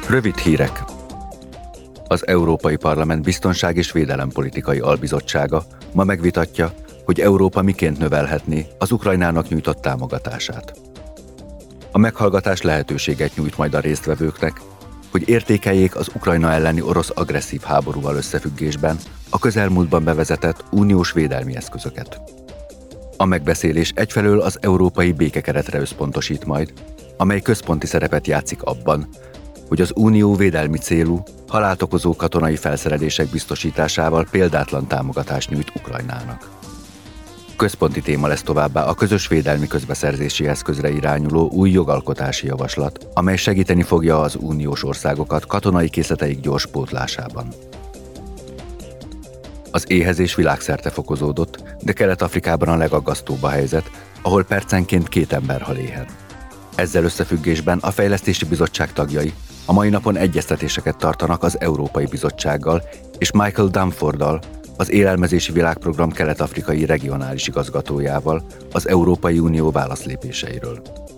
Rövid hírek. Az Európai Parlament Biztonság- és Védelempolitikai Albizottsága ma megvitatja, hogy Európa miként növelhetné az Ukrajnának nyújtott támogatását. A meghallgatás lehetőséget nyújt majd a résztvevőknek, hogy értékeljék az Ukrajna elleni orosz agresszív háborúval összefüggésben a közelmúltban bevezetett uniós védelmi eszközöket. A megbeszélés egyfelől az európai békekeretre összpontosít majd, amely központi szerepet játszik abban, hogy az unió védelmi célú, halált okozó katonai felszerelések biztosításával példátlan támogatást nyújt Ukrajnának. Központi téma lesz továbbá a közös védelmi közbeszerzési eszközre irányuló új jogalkotási javaslat, amely segíteni fogja az uniós országokat katonai készleteik gyors pótlásában. Az éhezés világszerte fokozódott, de Kelet-Afrikában a legaggasztóbb a helyzet, ahol percenként 2 ember hal éhen. Ezzel összefüggésben a Fejlesztési Bizottság tagjai a mai napon egyeztetéseket tartanak az Európai Bizottsággal és Michael Dunforddal, az Élelmezési Világprogram kelet-afrikai regionális igazgatójával az Európai Unió válaszlépéseiről.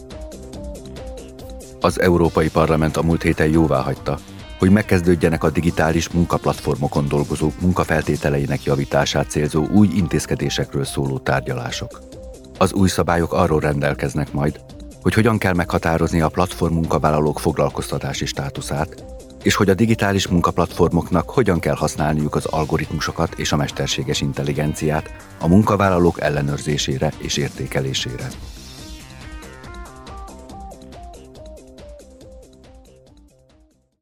Az Európai Parlament a múlt héten jóváhagyta, hogy megkezdődjenek a digitális munkaplatformokon dolgozók munkafeltételeinek javítását célzó új intézkedésekről szóló tárgyalások. Az új szabályok arról rendelkeznek majd, hogy hogyan kell meghatározni a platform munkavállalók foglalkoztatási státuszát, és hogy a digitális munkaplatformoknak hogyan kell használniuk az algoritmusokat és a mesterséges intelligenciát a munkavállalók ellenőrzésére és értékelésére.